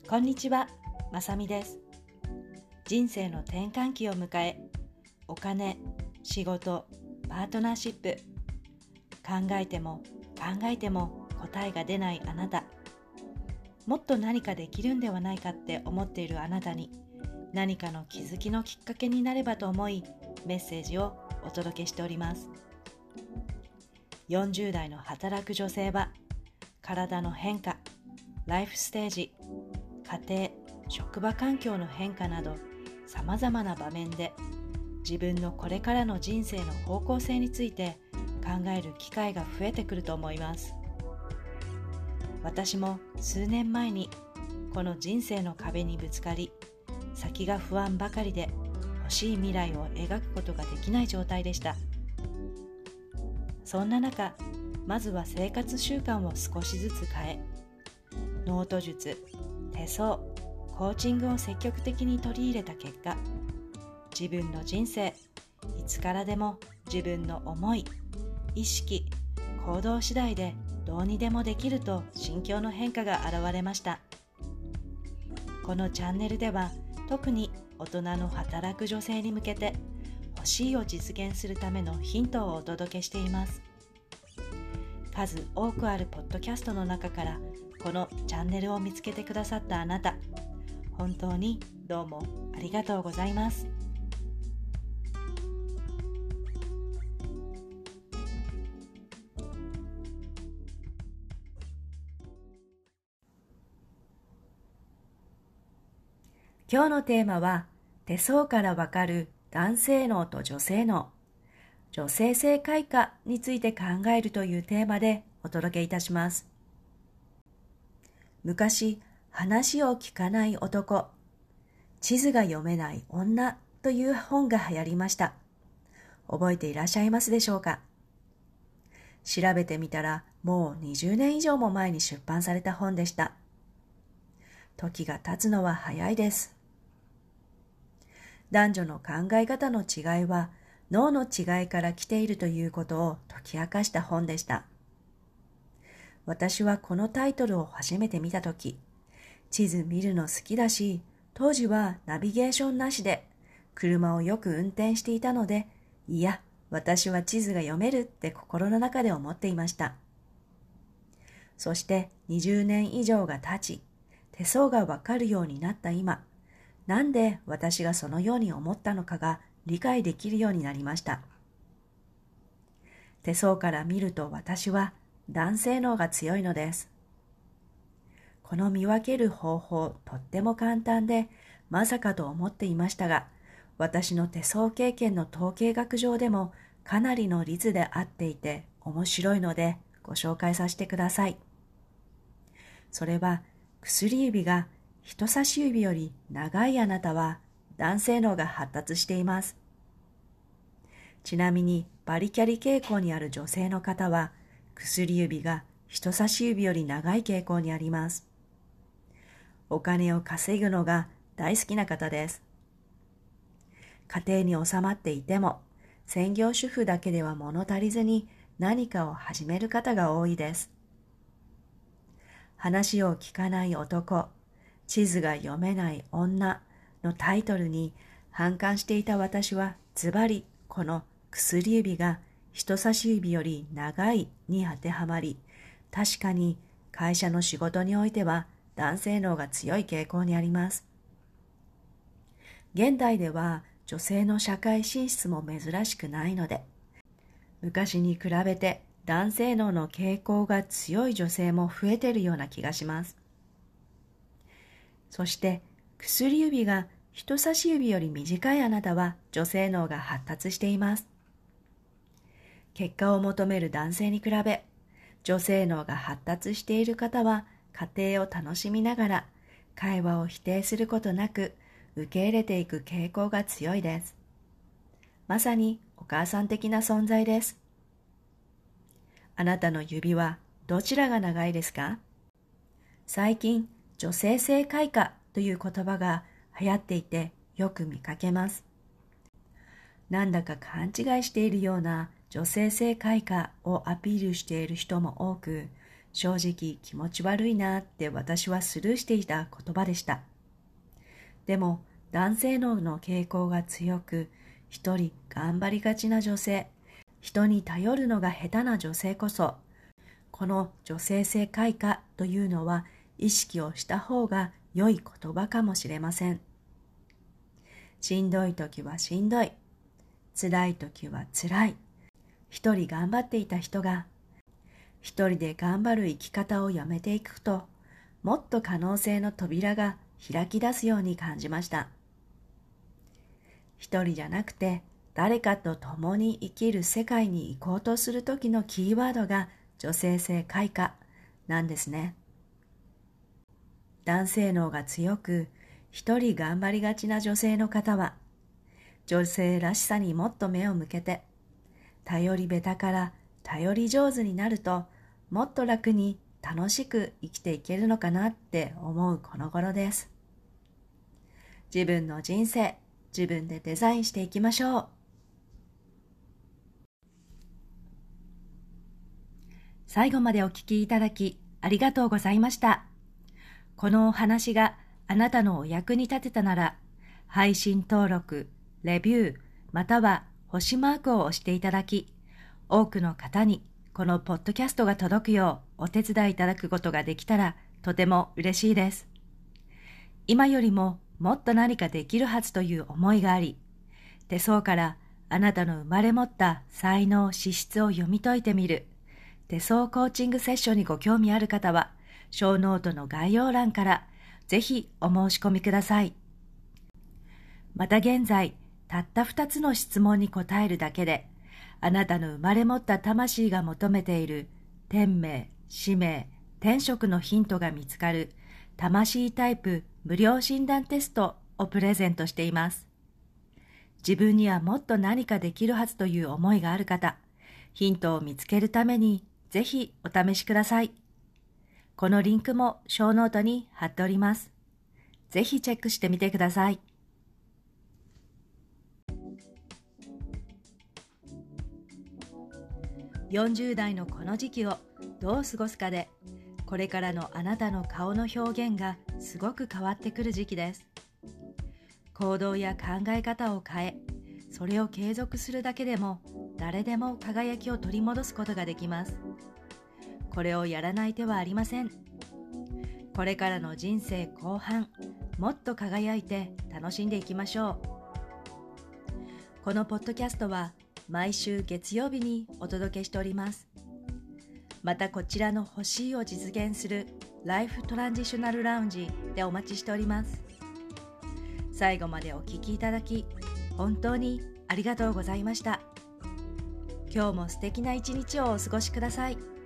こんにちは、まさみです。人生の転換期を迎え、お金、仕事、パートナーシップ、考えても考えても答えが出ないあなた、もっと何かできるんではないかって思っているあなたに、何かの気づきのきっかけになればと思い、メッセージをお届けしております。40代の働く女性は、体の変化、ライフステージ、家庭、職場環境の変化など、さまざまな場面で自分のこれからの人生の方向性について考える機会が増えてくると思います。私も数年前にこの人生の壁にぶつかり、先が不安ばかりで欲しい未来を描くことができない状態でした。そんな中、まずは生活習慣を少しずつ変え、ノート術、手相、コーチングを積極的に取り入れた結果、自分の人生、いつからでも自分の思い、意識、行動次第でどうにでもできると心境の変化が現れました。このチャンネルでは、特に大人の働く女性に向けて、欲しいを実現するためのヒントをお届けしています。数多くあるポッドキャストの中から、このチャンネルを見つけてくださったあなた、本当にどうもありがとうございます。今日のテーマは、手相からわかる男性脳と女性脳、女性性開花について考えるというテーマでお届けいたします。昔、話を聞かない男、地図が読めない女という本が流行りました。覚えていらっしゃいますでしょうか？調べてみたら、もう20年以上も前に出版された本でした。時が経つのは早いです。男女の考え方の違いは、脳の違いから来ているということを解き明かした本でした。私はこのタイトルを初めて見たとき、地図見るの好きだし、当時はナビゲーションなしで、車をよく運転していたので、いや、私は地図が読めるって心の中で思っていました。そして20年以上が経ち、手相がわかるようになった今、なんで私がそのように思ったのかが理解できるようになりました。手相から見ると私は男性脳が強いのです。この見分ける方法、とっても簡単で、まさかと思っていましたが、私の手相経験の統計学上でもかなりの率で合っていて面白いのでご紹介させてください。それは、薬指が人差し指より長いあなたは男性脳が発達しています。ちなみにバリキャリ傾向にある女性の方は、薬指が人差し指より長い傾向にあります。お金を稼ぐのが大好きな方です。家庭に収まっていても、専業主婦だけでは物足りずに何かを始める方が多いです。話を聞かない男、地図が読めない女のタイトルに反感していた私は、ズバリこの薬指が人差し指より長いに当てはまり、確かに会社の仕事においては男性脳が強い傾向にあります。現代では女性の社会進出も珍しくないので、昔に比べて男性脳の傾向が強い女性も増えているような気がします。そして薬指が人差し指より短いあなたは女性脳が発達しています。結果を求める男性に比べ、女性脳が発達している方は家庭を楽しみながら会話を否定することなく受け入れていく傾向が強いです。まさにお母さん的な存在です。あなたの指はどちらが長いですか？最近、女性性開花という言葉が流行っていてよく見かけます。なんだか勘違いしているような女性性開花をアピールしている人も多く、 正直気持ち悪いなって私はスルーしていた言葉でした。でも男性脳の傾向が強く、一人頑張りがちな女性、人に頼るのが下手な女性こそ、この女性性開花というのは意識をした方が良い言葉かもしれません。しんどい時はしんどい、辛い時は辛い。一人頑張っていた人が、一人で頑張る生き方をやめていくと、もっと可能性の扉が開き出すように感じました。一人じゃなくて、誰かと共に生きる世界に行こうとする時のキーワードが女性性開花なんですね。男性脳が強く、一人頑張りがちな女性の方は、女性らしさにもっと目を向けて、頼り下手から頼り上手になると、もっと楽に楽しく生きていけるのかなって思うこの頃です。自分の人生、自分でデザインしていきましょう。最後までお聞きいただきありがとうございました。このお話があなたのお役に立てたなら、配信登録、レビュー、または星マークを押していただき、多くの方にこのポッドキャストが届くようお手伝いいただくことができたらとても嬉しいです。今よりももっと何かできるはずという思いがあり、手相からあなたの生まれ持った才能、資質を読み解いてみる手相コーチングセッションにご興味ある方は、小ノートの概要欄からぜひお申し込みください。また現在、たった2つの質問に答えるだけで、あなたの生まれ持った魂が求めている天命、使命、天職のヒントが見つかる魂タイプ無料診断テストをプレゼントしています。自分にはもっと何かできるはずという思いがある方、ヒントを見つけるためにぜひお試しください。このリンクも小ノートに貼っております。ぜひチェックしてみてください。40代のこの時期をどう過ごすかで、これからのあなたの顔の表現がすごく変わってくる時期です。行動や考え方を変え、それを継続するだけでも誰でも輝きを取り戻すことができます。これをやらない手はありません。これからの人生後半、もっと輝いて楽しんでいきましょう。このポッドキャストは毎週月曜日にお届けしております。またこちらの欲しいを実現するライフトランジショナルラウンジでお待ちしております。最後までお聞きいただき、本当にありがとうございました。今日も素敵な一日をお過ごしください。